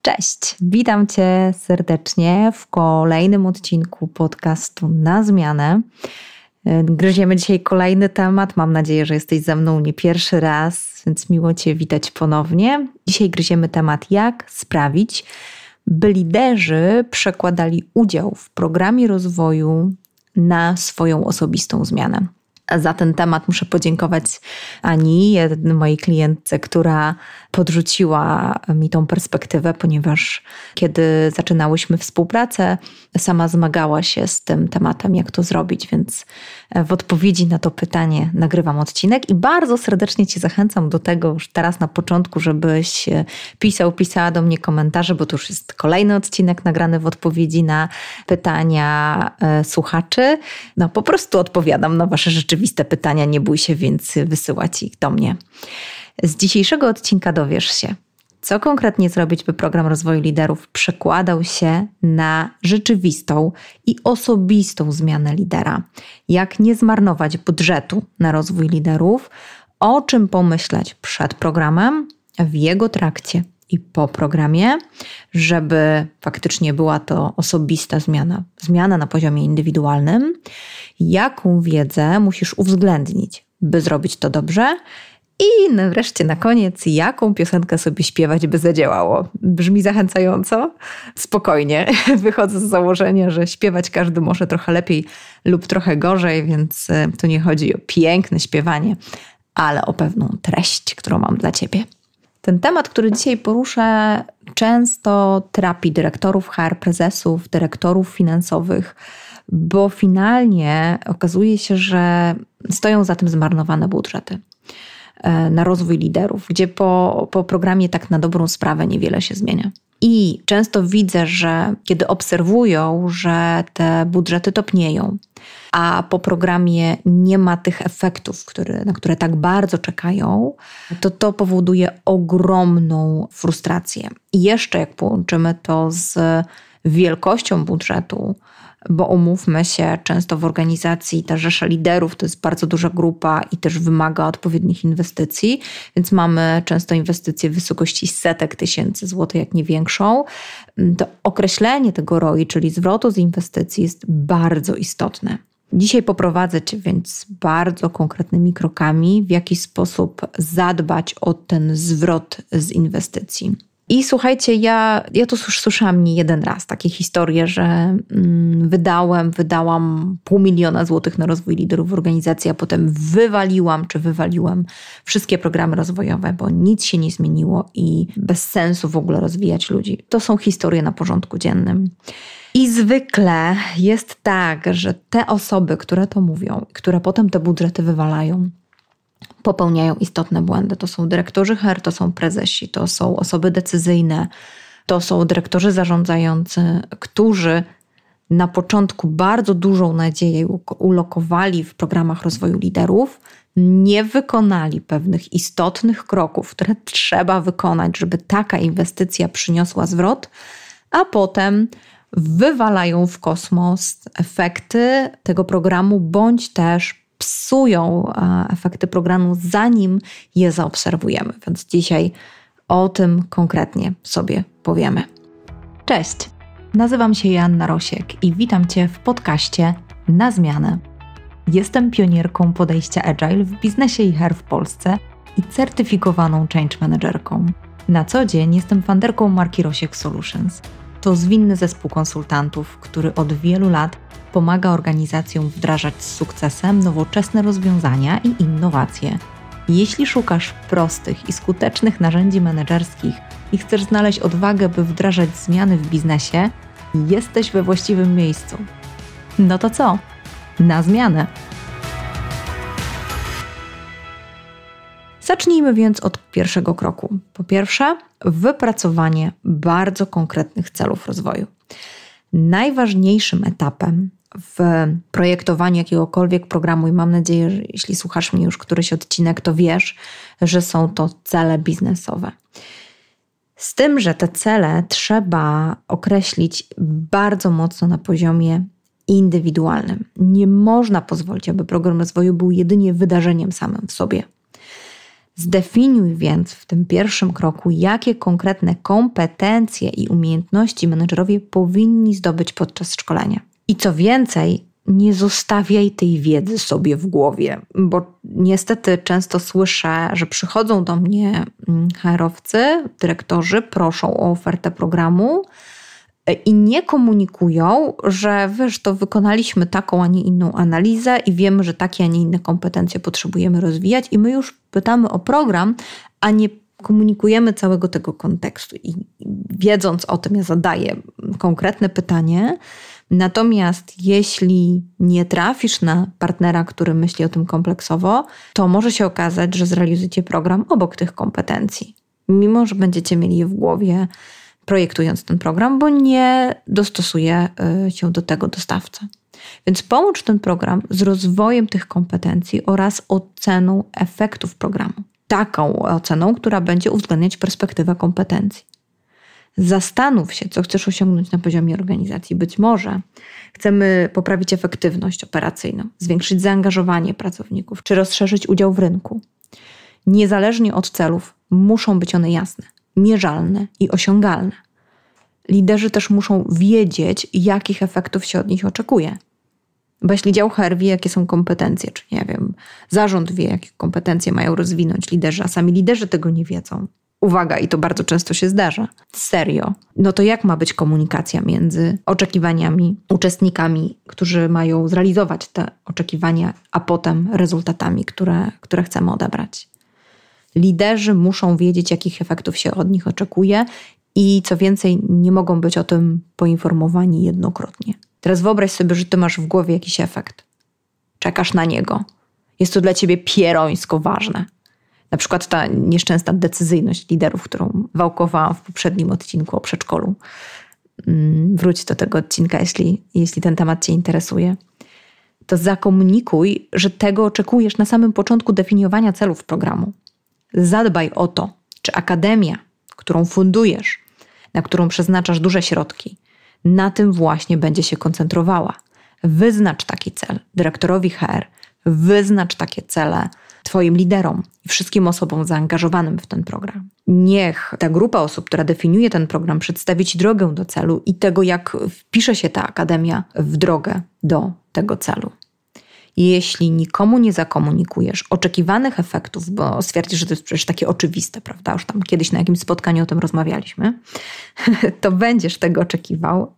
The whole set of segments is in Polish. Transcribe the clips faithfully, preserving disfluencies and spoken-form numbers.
Cześć, witam Cię serdecznie w kolejnym odcinku podcastu Na Zmianę. Gryziemy dzisiaj kolejny temat. Mam nadzieję, że jesteś ze mną nie pierwszy raz, więc miło Cię witać ponownie. Dzisiaj gryziemy temat, jak sprawić, by liderzy przekładali udział w programie rozwoju na swoją osobistą zmianę. Za ten temat muszę podziękować Ani, mojej klientce, która podrzuciła mi tą perspektywę, ponieważ kiedy zaczynałyśmy współpracę, sama zmagała się z tym tematem, jak to zrobić, więc w odpowiedzi na to pytanie nagrywam odcinek i bardzo serdecznie Cię zachęcam do tego już teraz na początku, żebyś pisał, pisała do mnie komentarze, bo to już jest kolejny odcinek nagrany w odpowiedzi na pytania słuchaczy. No po prostu odpowiadam na Wasze rzeczywiste pytania, nie bój się więc wysyłać ich do mnie. Z dzisiejszego odcinka dowiesz się, co konkretnie zrobić, by program rozwoju liderów przekładał się na rzeczywistą i osobistą zmianę lidera. Jak nie zmarnować budżetu na rozwój liderów, o czym pomyśleć przed programem, w jego trakcie i po programie, żeby faktycznie była to osobista zmiana, zmiana na poziomie indywidualnym. Jaką wiedzę musisz uwzględnić, by zrobić to dobrze? I wreszcie na koniec, jaką piosenkę sobie śpiewać, by zadziałało. Brzmi zachęcająco? Spokojnie. Wychodzę z założenia, że śpiewać każdy może trochę lepiej lub trochę gorzej, więc tu nie chodzi o piękne śpiewanie, ale o pewną treść, którą mam dla Ciebie. Ten temat, który dzisiaj poruszę, często trapi dyrektorów H R, prezesów, dyrektorów finansowych, bo finalnie okazuje się, że stoją za tym zmarnowane budżety na rozwój liderów, gdzie po, po programie tak na dobrą sprawę niewiele się zmienia. I często widzę, że kiedy obserwują, że te budżety topnieją, a po programie nie ma tych efektów, które, na które tak bardzo czekają, to to powoduje ogromną frustrację. I jeszcze jak połączymy to z wielkością budżetu, bo umówmy się, często w organizacji ta rzesza liderów to jest bardzo duża grupa i też wymaga odpowiednich inwestycji, więc mamy często inwestycje w wysokości setek tysięcy złotych, jak nie większą. To określenie tego R O I, czyli zwrotu z inwestycji, jest bardzo istotne. Dzisiaj poprowadzę Cię więc bardzo konkretnymi krokami, w jaki sposób zadbać o ten zwrot z inwestycji. I słuchajcie, ja, ja to już słyszałam nie jeden raz, takie historie, że mm, wydałem, wydałam pół miliona złotych na rozwój liderów w organizacji, a potem wywaliłam czy wywaliłem wszystkie programy rozwojowe, bo nic się nie zmieniło i bez sensu w ogóle rozwijać ludzi. To są historie na porządku dziennym. I zwykle jest tak, że te osoby, które to mówią, które potem te budżety wywalają, popełniają istotne błędy. To są dyrektorzy H R, to są prezesi, to są osoby decyzyjne, to są dyrektorzy zarządzający, którzy na początku bardzo dużą nadzieję ulokowali w programach rozwoju liderów, nie wykonali pewnych istotnych kroków, które trzeba wykonać, żeby taka inwestycja przyniosła zwrot, a potem wywalają w kosmos efekty tego programu, bądź też psują efekty programu, zanim je zaobserwujemy. Więc dzisiaj o tym konkretnie sobie powiemy. Cześć, nazywam się Joanna Rosiek i witam Cię w podcaście Na Zmianę. Jestem pionierką podejścia Agile w biznesie i H R w Polsce i certyfikowaną change managerką. Na co dzień jestem funderką marki Rosiek Solutions. To zwinny zespół konsultantów, który od wielu lat pomaga organizacjom wdrażać z sukcesem nowoczesne rozwiązania i innowacje. Jeśli szukasz prostych i skutecznych narzędzi menedżerskich i chcesz znaleźć odwagę, by wdrażać zmiany w biznesie, jesteś we właściwym miejscu. No to co? Na zmianę! Zacznijmy więc od pierwszego kroku. Po pierwsze, wypracowanie bardzo konkretnych celów rozwoju. Najważniejszym etapem w projektowaniu jakiegokolwiek programu, i mam nadzieję, że jeśli słuchasz mnie już któryś odcinek, to wiesz, że są to cele biznesowe. Z tym, że te cele trzeba określić bardzo mocno na poziomie indywidualnym. Nie można pozwolić, aby program rozwoju był jedynie wydarzeniem samym w sobie. Zdefiniuj więc w tym pierwszym kroku, jakie konkretne kompetencje i umiejętności menedżerowie powinni zdobyć podczas szkolenia. I co więcej, nie zostawiaj tej wiedzy sobie w głowie, bo niestety często słyszę, że przychodzą do mnie H R-owcy, dyrektorzy, proszą o ofertę programu i nie komunikują, że wiesz, to wykonaliśmy taką, a nie inną analizę i wiemy, że takie, a nie inne kompetencje potrzebujemy rozwijać i my już pytamy o program, a nie komunikujemy całego tego kontekstu. I wiedząc o tym, ja zadaję konkretne pytanie. Natomiast jeśli nie trafisz na partnera, który myśli o tym kompleksowo, to może się okazać, że zrealizujecie program obok tych kompetencji. Mimo że będziecie mieli je w głowie, projektując ten program, bo nie dostosuje się do tego dostawca. Więc połącz ten program z rozwojem tych kompetencji oraz oceną efektów programu. Taką oceną, która będzie uwzględniać perspektywę kompetencji. Zastanów się, co chcesz osiągnąć na poziomie organizacji. Być może chcemy poprawić efektywność operacyjną, zwiększyć zaangażowanie pracowników, czy rozszerzyć udział w rynku. Niezależnie od celów, muszą być one jasne, mierzalne i osiągalne. Liderzy też muszą wiedzieć, jakich efektów się od nich oczekuje. Bo jeśli dział H R wie, jakie są kompetencje, czy nie wiem, zarząd wie, jakie kompetencje mają rozwinąć liderzy, a sami liderzy tego nie wiedzą. Uwaga, i to bardzo często się zdarza. Serio. No to jak ma być komunikacja między oczekiwaniami, uczestnikami, którzy mają zrealizować te oczekiwania, a potem rezultatami, które, które chcemy odebrać? Liderzy muszą wiedzieć, jakich efektów się od nich oczekuje i co więcej, nie mogą być o tym poinformowani jednokrotnie. Teraz wyobraź sobie, że ty masz w głowie jakiś efekt. Czekasz na niego. Jest to dla ciebie pierońsko ważne. Na przykład ta nieszczęsna decyzyjność liderów, którą wałkowałam w poprzednim odcinku o przedszkolu. Wróć do tego odcinka, jeśli, jeśli ten temat cię interesuje. To zakomunikuj, że tego oczekujesz na samym początku definiowania celów programu. Zadbaj o to, czy akademia, którą fundujesz, na którą przeznaczasz duże środki, na tym właśnie będzie się koncentrowała. Wyznacz taki cel dyrektorowi H R, wyznacz takie cele twoim liderom i wszystkim osobom zaangażowanym w ten program. Niech ta grupa osób, która definiuje ten program, przedstawi ci drogę do celu i tego, jak wpisze się ta akademia w drogę do tego celu. Jeśli nikomu nie zakomunikujesz oczekiwanych efektów, bo stwierdzisz, że to jest przecież takie oczywiste, prawda? Już tam kiedyś na jakimś spotkaniu o tym rozmawialiśmy, to będziesz tego oczekiwał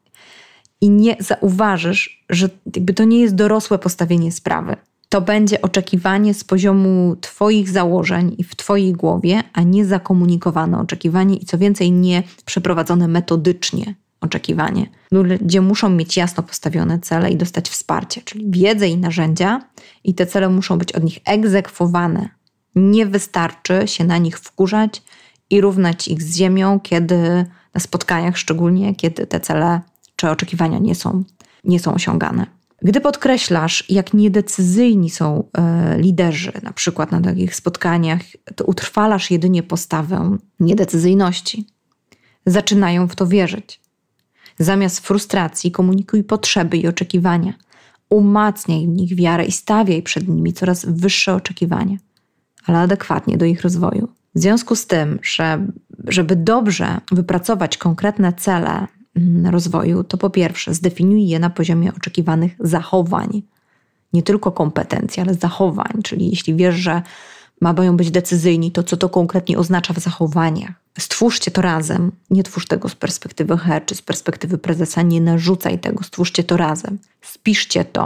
i nie zauważysz, że jakby to nie jest dorosłe postawienie sprawy. To będzie oczekiwanie z poziomu twoich założeń i w twojej głowie, a nie zakomunikowane oczekiwanie i co więcej nie przeprowadzone metodycznie oczekiwanie. Ludzie muszą mieć jasno postawione cele i dostać wsparcie, czyli wiedzę i narzędzia i te cele muszą być od nich egzekwowane. Nie wystarczy się na nich wkurzać i równać ich z ziemią, kiedy na spotkaniach szczególnie, kiedy te cele czy oczekiwania nie są, nie są osiągane. Gdy podkreślasz, jak niedecyzyjni są e, liderzy, na przykład na takich spotkaniach, to utrwalasz jedynie postawę niedecyzyjności. Zaczynają w to wierzyć. Zamiast frustracji komunikuj potrzeby i oczekiwania. Umacniaj w nich wiarę i stawiaj przed nimi coraz wyższe oczekiwania, ale adekwatnie do ich rozwoju. W związku z tym, że żeby dobrze wypracować konkretne cele rozwoju, to po pierwsze zdefiniuj je na poziomie oczekiwanych zachowań. Nie tylko kompetencji, ale zachowań. Czyli jeśli wiesz, że mają być decyzyjni, to co to konkretnie oznacza w zachowaniach. Stwórzcie to razem. Nie twórz tego z perspektywy H R czy z perspektywy prezesa. Nie narzucaj tego. Stwórzcie to razem. Spiszcie to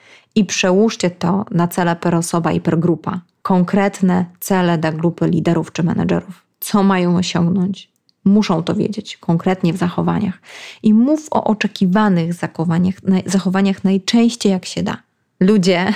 i przełóżcie to na cele per osoba i per grupa. Konkretne cele dla grupy liderów czy menedżerów. Co mają osiągnąć? Muszą to wiedzieć konkretnie w zachowaniach. I mów o oczekiwanych zachowaniach, zachowaniach najczęściej jak się da. Ludzie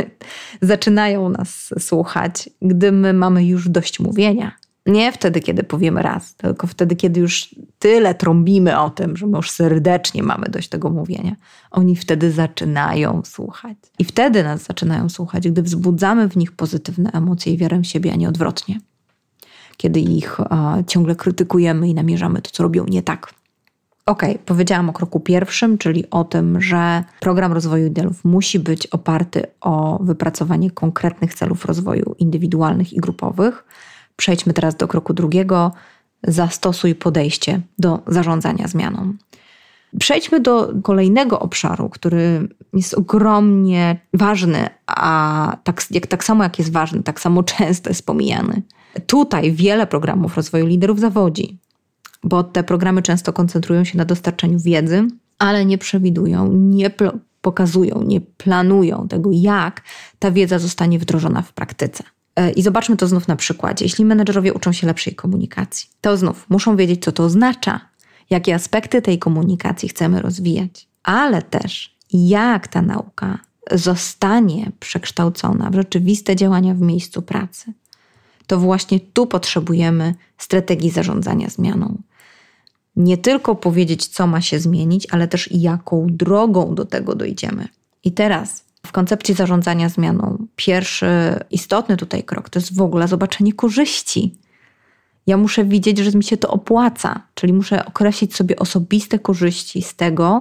zaczynają nas słuchać, gdy my mamy już dość mówienia. Nie wtedy, kiedy powiemy raz, tylko wtedy, kiedy już tyle trąbimy o tym, że my już serdecznie mamy dość tego mówienia. Oni wtedy zaczynają słuchać. I wtedy nas zaczynają słuchać, gdy wzbudzamy w nich pozytywne emocje i wiarę w siebie, a nie odwrotnie. Kiedy ich a, ciągle krytykujemy i namierzamy to, co robią nie tak. Okej, okay, powiedziałam o kroku pierwszym, czyli o tym, że program rozwoju liderów musi być oparty o wypracowanie konkretnych celów rozwoju indywidualnych i grupowych. Przejdźmy teraz do kroku drugiego. Zastosuj podejście do zarządzania zmianą. Przejdźmy do kolejnego obszaru, który jest ogromnie ważny, a tak, jak, tak samo jak jest ważny, tak samo często jest pomijany. Tutaj wiele programów rozwoju liderów zawodzi, bo te programy często koncentrują się na dostarczaniu wiedzy, ale nie przewidują, nie pl- pokazują, nie planują tego, jak ta wiedza zostanie wdrożona w praktyce. I zobaczmy to znów na przykładzie. Jeśli menedżerowie uczą się lepszej komunikacji, to znów muszą wiedzieć, co to oznacza, jakie aspekty tej komunikacji chcemy rozwijać, ale też jak ta nauka zostanie przekształcona w rzeczywiste działania w miejscu pracy. To właśnie tu potrzebujemy strategii zarządzania zmianą. Nie tylko powiedzieć, co ma się zmienić, ale też jaką drogą do tego dojdziemy. I teraz w koncepcji zarządzania zmianą pierwszy istotny tutaj krok to jest w ogóle zobaczenie korzyści. Ja muszę widzieć, że mi się to opłaca, czyli muszę określić sobie osobiste korzyści z tego,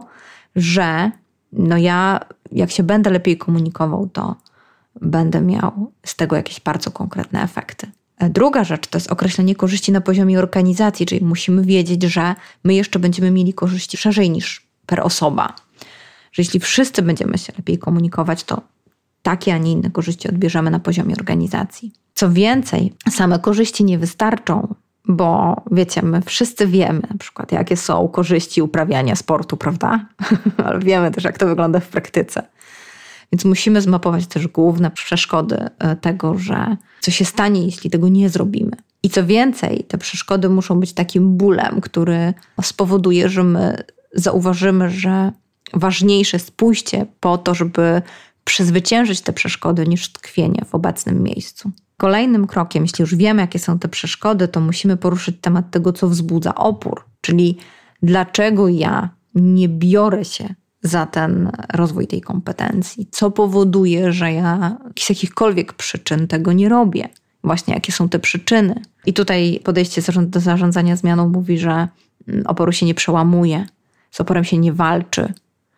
że no ja jak się będę lepiej komunikował, to będę miał z tego jakieś bardzo konkretne efekty. Druga rzecz to jest określenie korzyści na poziomie organizacji, czyli musimy wiedzieć, że my jeszcze będziemy mieli korzyści szerzej niż per osoba. Że jeśli wszyscy będziemy się lepiej komunikować, to takie, a nie inne korzyści odbierzemy na poziomie organizacji. Co więcej, same korzyści nie wystarczą, bo wiecie, my wszyscy wiemy na przykład, jakie są korzyści uprawiania sportu, prawda? Ale wiemy też, jak to wygląda w praktyce. Więc musimy zmapować też główne przeszkody tego, że co się stanie, jeśli tego nie zrobimy. I co więcej, te przeszkody muszą być takim bólem, który spowoduje, że my zauważymy, że ważniejsze jest pójście po to, żeby przezwyciężyć te przeszkody, niż tkwienie w obecnym miejscu. Kolejnym krokiem, jeśli już wiemy, jakie są te przeszkody, to musimy poruszyć temat tego, co wzbudza opór. Czyli dlaczego ja nie biorę się za ten rozwój tej kompetencji? Co powoduje, że ja z jakichkolwiek przyczyn tego nie robię? Właśnie jakie są te przyczyny? I tutaj podejście do zarządzania zmianą mówi, że oporu się nie przełamuje, z oporem się nie walczy,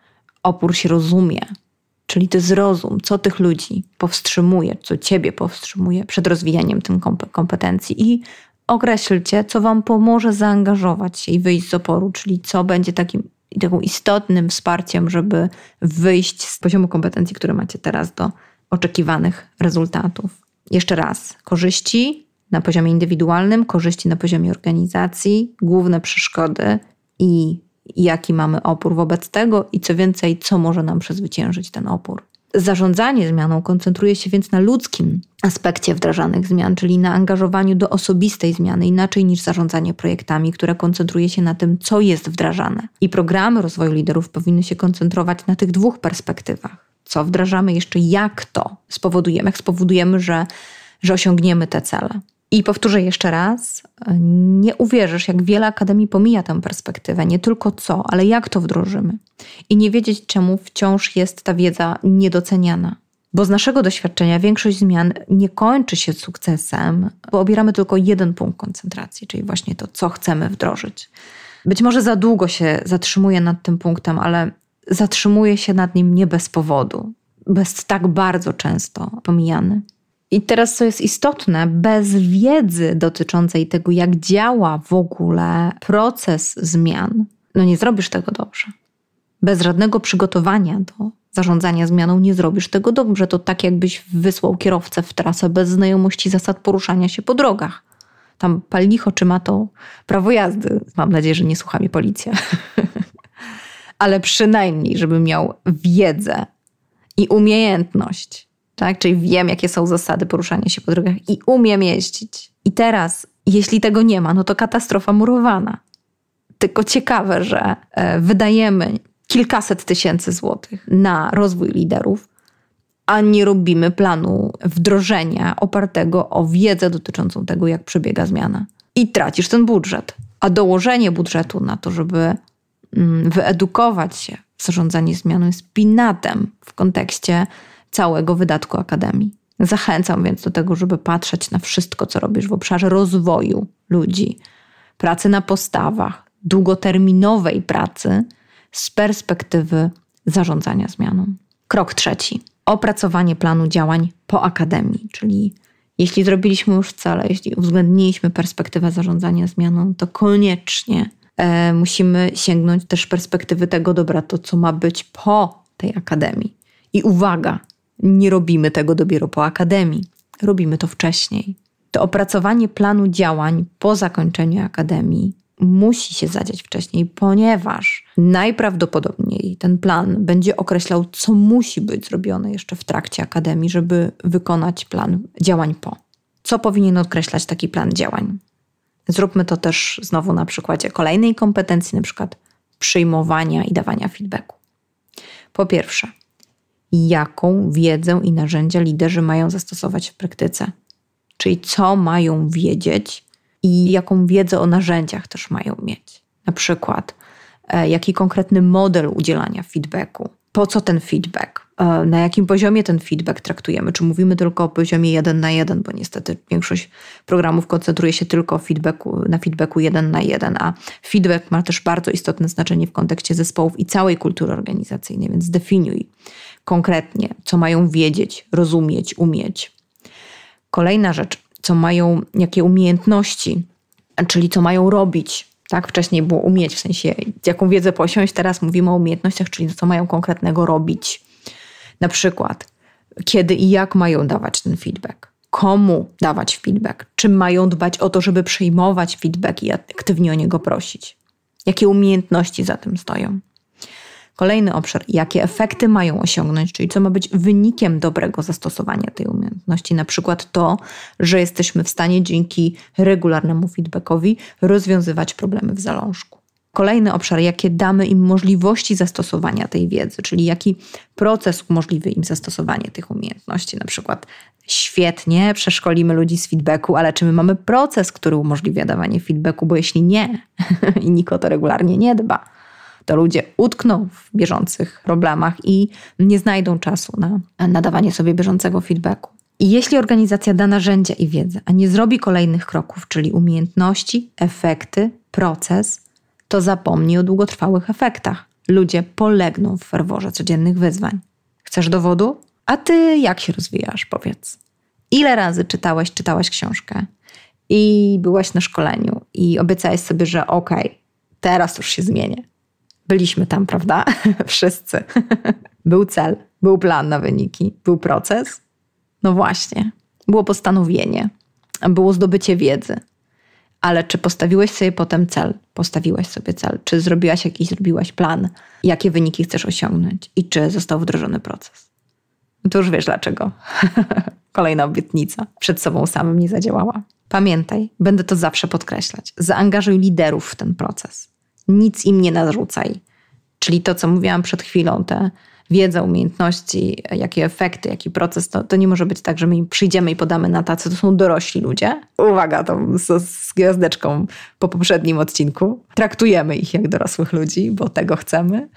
opór się rozumie. Czyli to jest rozum, co tych ludzi powstrzymuje, co ciebie powstrzymuje przed rozwijaniem tych kompetencji i określcie, co wam pomoże zaangażować się i wyjść z oporu, czyli co będzie takim, takim istotnym wsparciem, żeby wyjść z poziomu kompetencji, które macie teraz, do oczekiwanych rezultatów. Jeszcze raz, korzyści na poziomie indywidualnym, korzyści na poziomie organizacji, główne przeszkody i jaki mamy opór wobec tego i co więcej, co może nam przezwyciężyć ten opór. Zarządzanie zmianą koncentruje się więc na ludzkim aspekcie wdrażanych zmian, czyli na angażowaniu do osobistej zmiany, inaczej niż zarządzanie projektami, które koncentruje się na tym, co jest wdrażane. I programy rozwoju liderów powinny się koncentrować na tych dwóch perspektywach. Co wdrażamy, jeszcze jak to spowodujemy, jak spowodujemy, że, że osiągniemy te cele. I powtórzę jeszcze raz, nie uwierzysz, jak wiele akademii pomija tę perspektywę, nie tylko co, ale jak to wdrożymy. I nie wiedzieć, czemu wciąż jest ta wiedza niedoceniana. Bo z naszego doświadczenia większość zmian nie kończy się sukcesem, bo obieramy tylko jeden punkt koncentracji, czyli właśnie to, co chcemy wdrożyć. Być może za długo się zatrzymuję nad tym punktem, ale zatrzymuję się nad nim nie bez powodu, bez tak bardzo często pomijany. I teraz, co jest istotne, bez wiedzy dotyczącej tego, jak działa w ogóle proces zmian, no nie zrobisz tego dobrze. Bez żadnego przygotowania do zarządzania zmianą nie zrobisz tego dobrze. To tak, jakbyś wysłał kierowcę w trasę bez znajomości zasad poruszania się po drogach. Tam pal licho, czy ma to prawo jazdy. Mam nadzieję, że nie słucha mnie policja. Ale przynajmniej, żeby miał wiedzę i umiejętność. Tak? Czyli wiem, jakie są zasady poruszania się po drogach i umiem jeździć. I teraz, jeśli tego nie ma, no to katastrofa murowana. Tylko ciekawe, że wydajemy kilkaset tysięcy złotych na rozwój liderów, a nie robimy planu wdrożenia opartego o wiedzę dotyczącą tego, jak przebiega zmiana. I tracisz ten budżet. A dołożenie budżetu na to, żeby wyedukować się w zarządzaniu zmianą jest pinatem w kontekście całego wydatku akademii. Zachęcam więc do tego, żeby patrzeć na wszystko, co robisz w obszarze rozwoju ludzi, pracy na postawach, długoterminowej pracy z perspektywy zarządzania zmianą. Krok trzeci. Opracowanie planu działań po akademii, czyli jeśli zrobiliśmy już cele, jeśli uwzględniliśmy perspektywę zarządzania zmianą, to koniecznie e, musimy sięgnąć też perspektywy tego, dobra, to co ma być po tej akademii. I uwaga, nie robimy tego dopiero po akademii, robimy to wcześniej. To opracowanie planu działań po zakończeniu akademii musi się zadziać wcześniej, ponieważ najprawdopodobniej ten plan będzie określał, co musi być zrobione jeszcze w trakcie akademii, żeby wykonać plan działań po. Co powinien określać taki plan działań? Zróbmy to też znowu na przykładzie kolejnej kompetencji, na przykład przyjmowania i dawania feedbacku. Po pierwsze, jaką wiedzę i narzędzia liderzy mają zastosować w praktyce? Czyli co mają wiedzieć i jaką wiedzę o narzędziach też mają mieć. Na przykład, e, jaki konkretny model udzielania feedbacku, po co ten feedback, e, na jakim poziomie ten feedback traktujemy, czy mówimy tylko o poziomie jeden na jeden, bo niestety większość programów koncentruje się tylko o feedbacku, na feedbacku jeden na jeden, a feedback ma też bardzo istotne znaczenie w kontekście zespołów i całej kultury organizacyjnej, więc zdefiniuj konkretnie, co mają wiedzieć, rozumieć, umieć. Kolejna rzecz, co mają, jakie umiejętności, czyli co mają robić. Tak, wcześniej było umieć, w sensie jaką wiedzę posiąść, teraz mówimy o umiejętnościach, czyli co mają konkretnego robić. Na przykład, kiedy i jak mają dawać ten feedback, komu dawać feedback, czy mają dbać o to, żeby przyjmować feedback i aktywnie o niego prosić. Jakie umiejętności za tym stoją. Kolejny obszar, jakie efekty mają osiągnąć, czyli co ma być wynikiem dobrego zastosowania tej umiejętności. Na przykład to, że jesteśmy w stanie dzięki regularnemu feedbackowi rozwiązywać problemy w zalążku. Kolejny obszar, jakie damy im możliwości zastosowania tej wiedzy, czyli jaki proces umożliwi im zastosowanie tych umiejętności. Na przykład świetnie przeszkolimy ludzi z feedbacku, ale czy my mamy proces, który umożliwia dawanie feedbacku, bo jeśli nie i nikt o to regularnie nie dba, to ludzie utkną w bieżących problemach i nie znajdą czasu na nadawanie sobie bieżącego feedbacku. I jeśli organizacja da narzędzia i wiedzę, a nie zrobi kolejnych kroków, czyli umiejętności, efekty, proces, to zapomni o długotrwałych efektach. Ludzie polegną w ferworze codziennych wyzwań. Chcesz dowodu? A ty jak się rozwijasz, powiedz? Ile razy czytałeś, czytałaś książkę i byłaś na szkoleniu i obiecałeś sobie, że okej, okay, teraz już się zmienię. Byliśmy tam, prawda? Wszyscy. Był cel, był plan na wyniki, był proces. No właśnie, było postanowienie, było zdobycie wiedzy. Ale czy postawiłeś sobie potem cel? Postawiłeś sobie cel. Czy zrobiłaś jakiś, zrobiłaś plan? Jakie wyniki chcesz osiągnąć? I czy został wdrożony proces? No to już wiesz dlaczego. Kolejna obietnica przed sobą samym nie zadziałała. Pamiętaj, będę to zawsze podkreślać. Zaangażuj liderów w ten proces. Nic im nie narzucaj. Czyli to, co mówiłam przed chwilą, te wiedza, umiejętności, jakie efekty, jaki proces, to, to nie może być tak, że my im przyjdziemy i podamy na tacy, to są dorośli ludzie. Uwaga, to z, z gwiazdeczką po poprzednim odcinku. Traktujemy ich jak dorosłych ludzi, bo tego chcemy.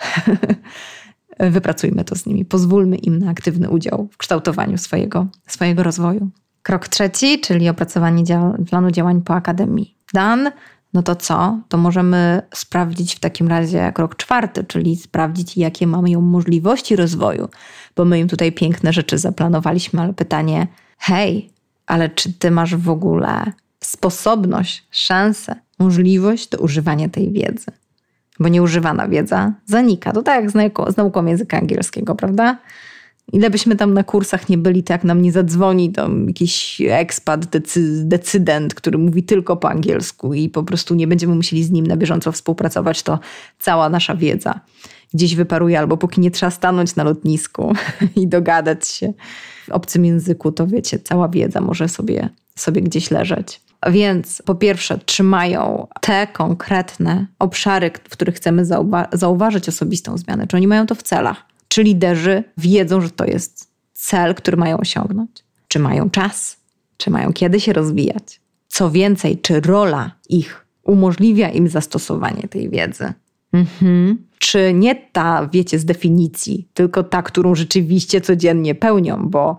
Wypracujmy to z nimi. Pozwólmy im na aktywny udział w kształtowaniu swojego, swojego rozwoju. Krok trzeci, czyli opracowanie dzia- planu działań po akademii. Dan. No to co? To możemy sprawdzić w takim razie krok czwarty, czyli sprawdzić, jakie mamy możliwości rozwoju, bo my im tutaj piękne rzeczy zaplanowaliśmy, ale pytanie, hej, ale czy ty masz w ogóle sposobność, szansę, możliwość do używania tej wiedzy? Bo nieużywana wiedza zanika. To tak jak z nauką, z nauką języka angielskiego, prawda? Ile byśmy tam na kursach nie byli, to jak nam nie zadzwoni to jakiś ekspat, decy, decydent, który mówi tylko po angielsku i po prostu nie będziemy musieli z nim na bieżąco współpracować, to cała nasza wiedza gdzieś wyparuje, albo póki nie trzeba stanąć na lotnisku i dogadać się w obcym języku, to wiecie, cała wiedza może sobie, sobie gdzieś leżeć. A więc po pierwsze trzymają te konkretne obszary, w których chcemy zauwa- zauważyć osobistą zmianę, czy oni mają to w celach. Czy liderzy wiedzą, że to jest cel, który mają osiągnąć? Czy mają czas? Czy mają kiedy się rozwijać? Co więcej, czy rola ich umożliwia im zastosowanie tej wiedzy? Mhm. Czy nie ta, wiecie, z definicji, tylko ta, którą rzeczywiście codziennie pełnią, bo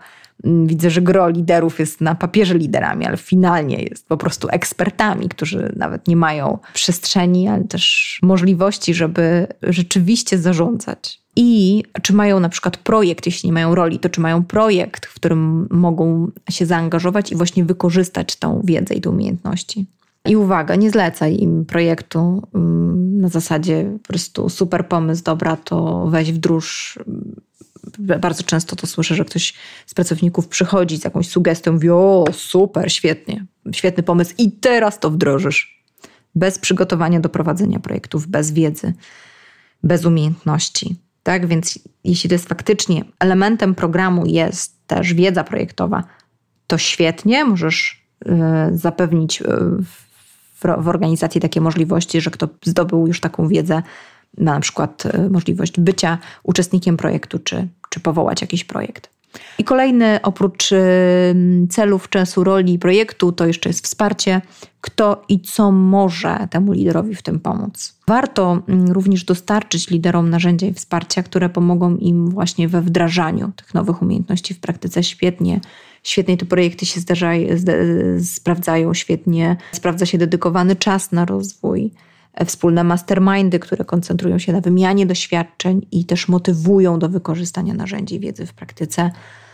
Widzę, że gro liderów jest na papierze liderami, ale finalnie jest po prostu ekspertami, którzy nawet nie mają przestrzeni, ale też możliwości, żeby rzeczywiście zarządzać. I czy mają na przykład projekt, jeśli nie mają roli, to czy mają projekt, w którym mogą się zaangażować i właśnie wykorzystać tą wiedzę i te umiejętności. I uwaga, nie zlecaj im projektu na zasadzie po prostu super pomysł, dobra, to weź wdróż. Bardzo często to słyszę, że ktoś z pracowników przychodzi z jakąś sugestią, mówi, o super, świetnie, świetny pomysł i teraz to wdrożysz. Bez przygotowania do prowadzenia projektów, bez wiedzy, bez umiejętności. Tak, więc jeśli to jest faktycznie elementem programu jest też wiedza projektowa, to świetnie, możesz y, zapewnić y, w, w organizacji takie możliwości, że kto zdobył już taką wiedzę, ma na przykład y, możliwość bycia uczestnikiem projektu, czy, czy powołać jakiś projekt. I kolejny, oprócz y, celów, czasu, roli projektu, to jeszcze jest wsparcie, kto i co może temu liderowi w tym pomóc. Warto y, również dostarczyć liderom narzędzia i wsparcia, które pomogą im właśnie we wdrażaniu tych nowych umiejętności w praktyce. Świetnie, świetnie te projekty się zdarzają, zd- sprawdzają, świetnie sprawdza się dedykowany czas na rozwój. Wspólne mastermindy, które koncentrują się na wymianie doświadczeń i też motywują do wykorzystania narzędzi wiedzy w praktyce.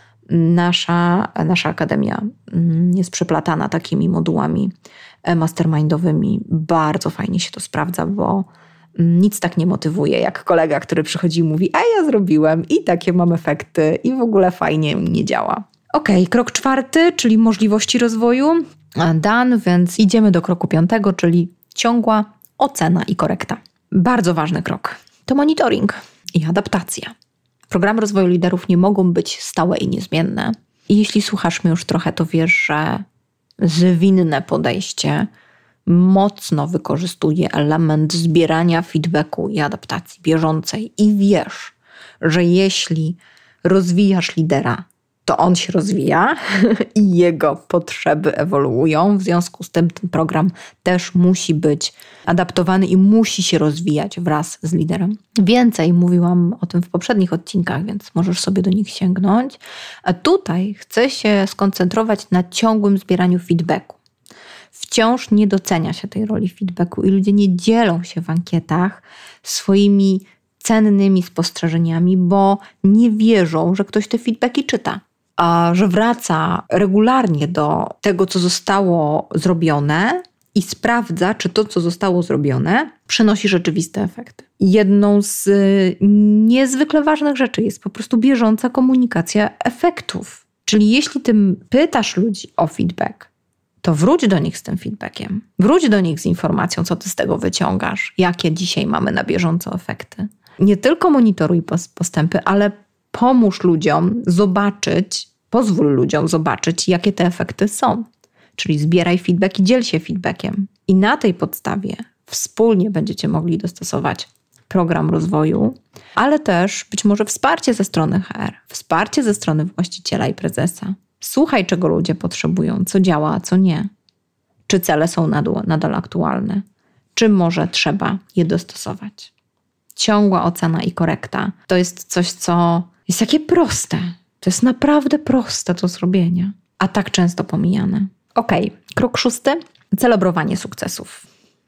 Nasza, nasza akademia jest przeplatana takimi modułami mastermindowymi. Bardzo fajnie się to sprawdza, bo nic tak nie motywuje jak kolega, który przychodzi i mówi, a ja zrobiłem i takie mam efekty i w ogóle fajnie nie działa. Okej, okay, krok czwarty, czyli możliwości rozwoju. Dan, więc idziemy do kroku piątego, czyli ciągła ocena i korekta. Bardzo ważny krok to monitoring i adaptacja. Programy rozwoju liderów nie mogą być stałe i niezmienne. I jeśli słuchasz mnie już trochę, to wiesz, że zwinne podejście mocno wykorzystuje element zbierania feedbacku i adaptacji bieżącej. I wiesz, że jeśli rozwijasz lidera, to on się rozwija i jego potrzeby ewoluują. W związku z tym ten program też musi być adaptowany i musi się rozwijać wraz z liderem. Więcej mówiłam o tym w poprzednich odcinkach, więc możesz sobie do nich sięgnąć. A tutaj chcę się skoncentrować na ciągłym zbieraniu feedbacku. Wciąż nie docenia się tej roli feedbacku i ludzie nie dzielą się w ankietach swoimi cennymi spostrzeżeniami, bo nie wierzą, że ktoś te feedbacki czyta. A że wraca regularnie do tego, co zostało zrobione i sprawdza, czy to, co zostało zrobione, przynosi rzeczywiste efekty. Jedną z niezwykle ważnych rzeczy jest po prostu bieżąca komunikacja efektów. Czyli jeśli ty pytasz ludzi o feedback, to wróć do nich z tym feedbackiem. Wróć do nich z informacją, co ty z tego wyciągasz, jakie dzisiaj mamy na bieżąco efekty. Nie tylko monitoruj postępy, ale pomóż ludziom zobaczyć, pozwól ludziom zobaczyć, jakie te efekty są. Czyli zbieraj feedback i dziel się feedbackiem. I na tej podstawie wspólnie będziecie mogli dostosować program rozwoju, ale też być może wsparcie ze strony H R, wsparcie ze strony właściciela i prezesa. Słuchaj, czego ludzie potrzebują, co działa, a co nie. Czy cele są nadal, nadal aktualne, czy może trzeba je dostosować. Ciągła ocena i korekta to jest coś, co jest takie proste. To jest naprawdę proste do zrobienia, a tak często pomijane. Okej, okay. Krok szósty. Celebrowanie sukcesów.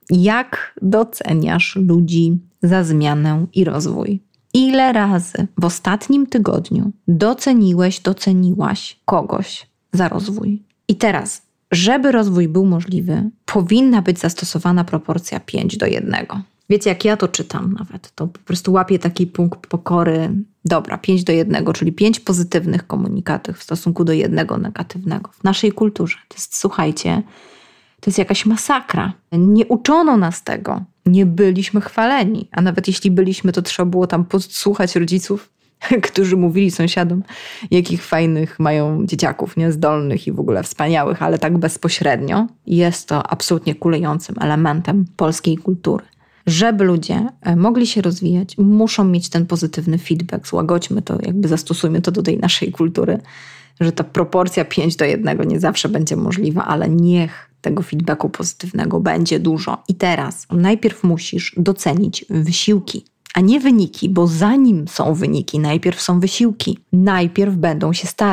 Jak doceniasz ludzi za zmianę i rozwój? Ile razy w ostatnim tygodniu doceniłeś, doceniłaś kogoś za rozwój? I teraz, żeby rozwój był możliwy, powinna być zastosowana proporcja pięć do jednego. Wiecie, jak ja to czytam nawet, to po prostu łapię taki punkt pokory. Dobra, pięć do jednego, czyli pięć pozytywnych komunikatów w stosunku do jednego negatywnego. W naszej kulturze to jest, słuchajcie, to jest jakaś masakra. Nie uczono nas tego. Nie byliśmy chwaleni. A nawet jeśli byliśmy, to trzeba było tam podsłuchać rodziców, którzy mówili sąsiadom, jakich fajnych mają dzieciaków, niezdolnych i w ogóle wspaniałych, ale tak bezpośrednio. Jest to absolutnie kulejącym elementem polskiej kultury. Żeby ludzie mogli się rozwijać, muszą mieć ten pozytywny feedback. Złagodźmy to, jakby zastosujmy to do tej naszej kultury, że ta proporcja pięć do jednego nie zawsze będzie możliwa, ale niech tego feedbacku pozytywnego będzie dużo. I teraz najpierw musisz docenić wysiłki, a nie wyniki, bo zanim są wyniki, najpierw są wysiłki. Najpierw będą się starać.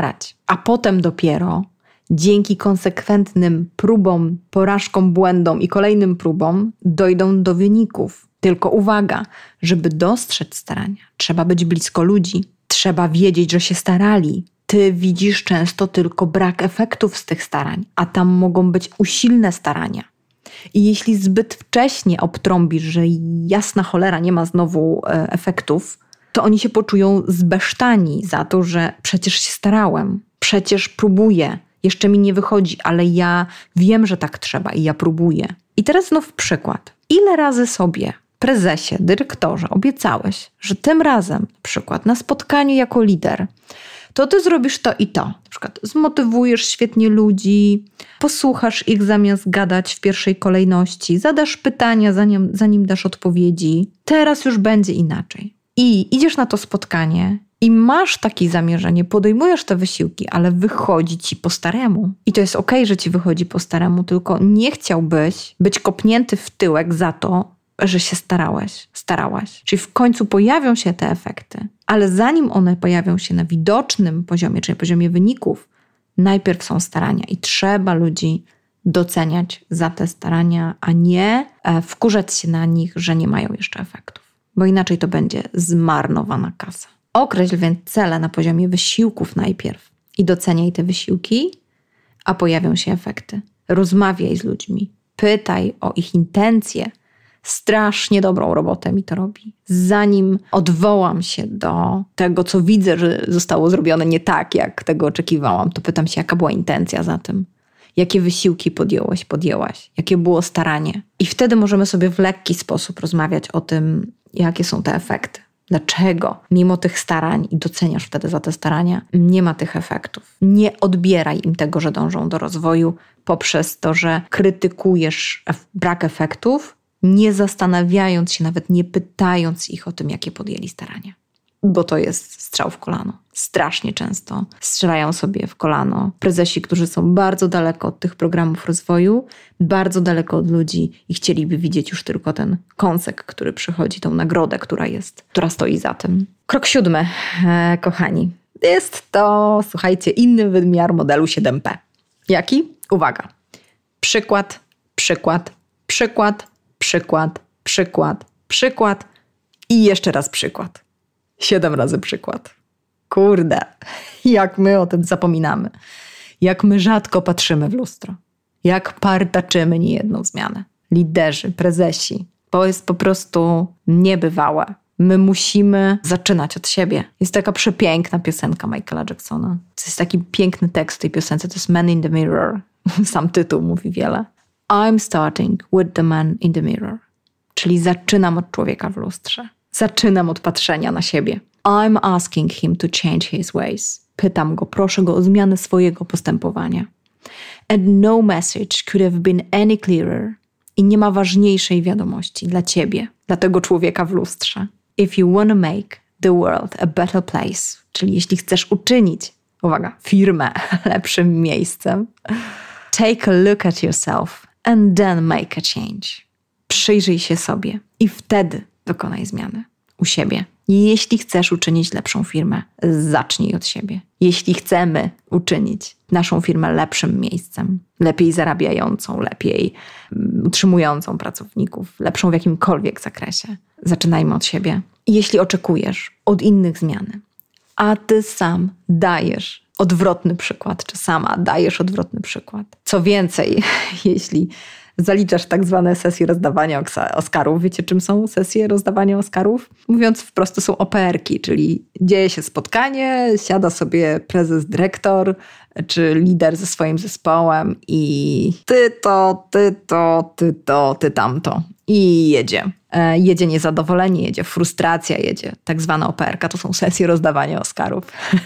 a potem dopiero dzięki konsekwentnym próbom, porażkom, błędom i kolejnym próbom dojdą do wyników. Tylko uwaga, żeby dostrzec starania, trzeba być blisko ludzi, trzeba wiedzieć, że się starali. Ty widzisz często tylko brak efektów z tych starań, a tam mogą być usilne starania. I jeśli zbyt wcześnie obtrąbisz, że jasna cholera nie ma znowu e, efektów, to oni się poczują zbesztani za to, że przecież się starałem, przecież próbuję, jeszcze mi nie wychodzi, ale ja wiem, że tak trzeba i ja próbuję. I teraz znów przykład. Ile razy sobie, prezesie, dyrektorze, obiecałeś, że tym razem, na przykład na spotkaniu jako lider, to ty zrobisz to i to. Na przykład zmotywujesz świetnie ludzi, posłuchasz ich zamiast gadać w pierwszej kolejności, zadasz pytania, zanim, zanim dasz odpowiedzi. Teraz już będzie inaczej. I idziesz na to spotkanie i masz takie zamierzenie, podejmujesz te wysiłki, ale wychodzi ci po staremu. I to jest okej, że ci wychodzi po staremu, tylko nie chciałbyś być kopnięty w tyłek za to, że się starałeś, starałaś. Czyli w końcu pojawią się te efekty, ale zanim one pojawią się na widocznym poziomie, czyli poziomie wyników, najpierw są starania i trzeba ludzi doceniać za te starania, a nie wkurzać się na nich, że nie mają jeszcze efektów, bo inaczej to będzie zmarnowana kasa. Określ więc cele na poziomie wysiłków najpierw i doceniaj te wysiłki, a pojawią się efekty. Rozmawiaj z ludźmi, pytaj o ich intencje. Strasznie dobrą robotę mi to robi. Zanim odwołam się do tego, co widzę, że zostało zrobione nie tak, jak tego oczekiwałam, to pytam się, jaka była intencja za tym. Jakie wysiłki podjąłeś, podjęłaś? Jakie było staranie? I wtedy możemy sobie w lekki sposób rozmawiać o tym, jakie są te efekty. Dlaczego mimo tych starań, i doceniasz wtedy za te starania, nie ma tych efektów. Nie odbieraj im tego, że dążą do rozwoju poprzez to, że krytykujesz brak efektów, nie zastanawiając się, nawet nie pytając ich o tym, jakie podjęli starania. Bo to jest strzał w kolano. Strasznie często strzelają sobie w kolano prezesi, którzy są bardzo daleko od tych programów rozwoju, bardzo daleko od ludzi i chcieliby widzieć już tylko ten kąsek, który przychodzi, tą nagrodę, która jest, która stoi za tym. Krok siódmy, e, kochani. Jest to, słuchajcie, inny wymiar modelu siedem P. Jaki? Uwaga. Przykład, przykład, przykład, przykład, przykład, przykład i jeszcze raz przykład. Siedem razy przykład. Kurde, jak my o tym zapominamy. Jak my rzadko patrzymy w lustro. Jak partaczymy niejedną zmianę. Liderzy, prezesi. To jest po prostu niebywałe. My musimy zaczynać od siebie. Jest taka przepiękna piosenka Michaela Jacksona. To jest taki piękny tekst tej piosence. To jest Man in the Mirror. Sam tytuł mówi wiele. I'm starting with the man in the mirror. Czyli zaczynam od człowieka w lustrze. Zaczynam od patrzenia na siebie. I'm asking him to change his ways. Pytam go, proszę go o zmianę swojego postępowania. And no message could have been any clearer. I nie ma ważniejszej wiadomości dla ciebie, dla tego człowieka w lustrze. If you want to make the world a better place, czyli jeśli chcesz uczynić, uwaga, firmę lepszym miejscem, take a look at yourself and then make a change. Przyjrzyj się sobie i wtedy dokonaj zmiany u siebie. Jeśli chcesz uczynić lepszą firmę, zacznij od siebie. Jeśli chcemy uczynić naszą firmę lepszym miejscem, lepiej zarabiającą, lepiej utrzymującą pracowników, lepszą w jakimkolwiek zakresie, zaczynajmy od siebie. Jeśli oczekujesz od innych zmiany, a ty sam dajesz odwrotny przykład, czy sama dajesz odwrotny przykład. Co więcej, jeśli zaliczasz tak zwane sesje rozdawania Oscarów. Wiecie, czym są sesje rozdawania Oscarów? Mówiąc wprost, to są O P R ki, czyli dzieje się spotkanie, siada sobie prezes, dyrektor czy lider ze swoim zespołem i ty to, ty to, ty to, ty tamto. I jedzie. E, jedzie niezadowolenie, jedzie frustracja, jedzie tak zwana O P R ka. To są sesje rozdawania Oscarów.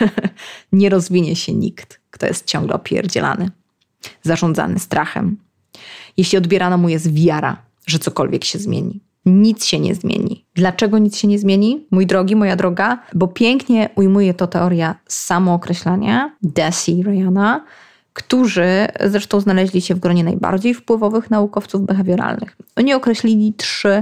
Nie rozwinie się nikt, kto jest ciągle opierdzielany, zarządzany strachem. Jeśli odbierana mu jest wiara, że cokolwiek się zmieni. Nic się nie zmieni. Dlaczego nic się nie zmieni? Mój drogi, moja droga, bo pięknie ujmuje to teoria samookreślania Deci Ryana, którzy zresztą znaleźli się w gronie najbardziej wpływowych naukowców behawioralnych. Oni określili trzy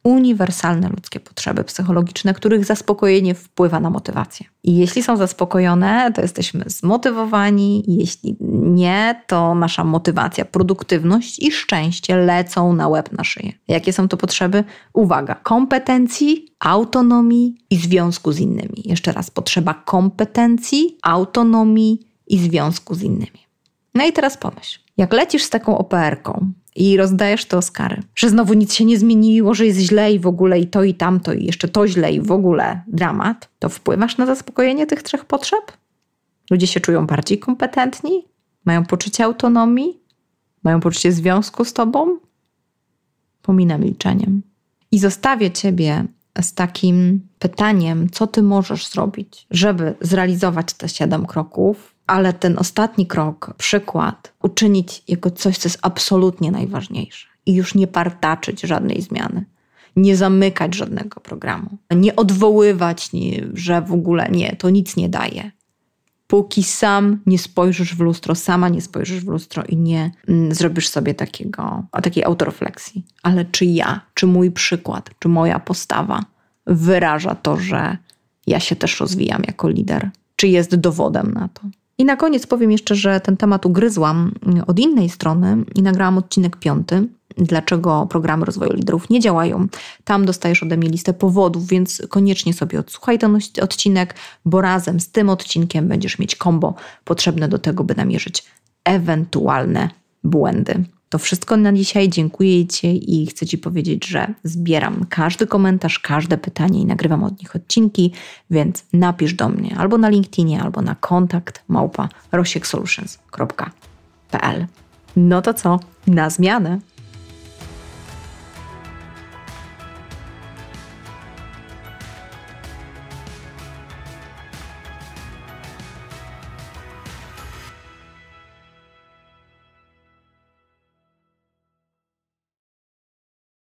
uniwersalne ludzkie potrzeby psychologiczne, których zaspokojenie wpływa na motywację. I jeśli są zaspokojone, to jesteśmy zmotywowani. Jeśli nie, to nasza motywacja, produktywność i szczęście lecą na łeb na szyję. Jakie są to potrzeby? Uwaga, kompetencji, autonomii i związku z innymi. Jeszcze raz, potrzeba kompetencji, autonomii i związku z innymi. No i teraz pomyśl, jak lecisz z taką O P R-ką i rozdajesz te Oscary, że znowu nic się nie zmieniło, że jest źle i w ogóle i to i tamto i jeszcze to źle i w ogóle dramat, to wpływasz na zaspokojenie tych trzech potrzeb? Ludzie się czują bardziej kompetentni? Mają poczucie autonomii? Mają poczucie związku z tobą? Pominę milczeniem. I zostawię ciebie z takim pytaniem, co ty możesz zrobić, żeby zrealizować te siedem kroków, ale ten ostatni krok, przykład, uczynić jako coś, co jest absolutnie najważniejsze i już nie partaczyć żadnej zmiany, nie zamykać żadnego programu, nie odwoływać, nie, że w ogóle nie, to nic nie daje. Póki sam nie spojrzysz w lustro, sama nie spojrzysz w lustro i nie mm, zrobisz sobie takiego, takiej autorefleksji. Ale czy ja, czy mój przykład, czy moja postawa wyraża to, że ja się też rozwijam jako lider? Czy jest dowodem na to? I na koniec powiem jeszcze, że ten temat ugryzłam od innej strony i nagrałam odcinek piąty. Dlaczego programy rozwoju liderów nie działają. Tam dostajesz ode mnie listę powodów, więc koniecznie sobie odsłuchaj ten odcinek, bo razem z tym odcinkiem będziesz mieć kombo potrzebne do tego, by namierzyć ewentualne błędy. To wszystko na dzisiaj. Dziękuję Ci i chcę Ci powiedzieć, że zbieram każdy komentarz, każde pytanie i nagrywam od nich odcinki, więc napisz do mnie albo na LinkedInie, albo na kontakt małpa rosiek solutions kropka p l. No to co? Na zmianę!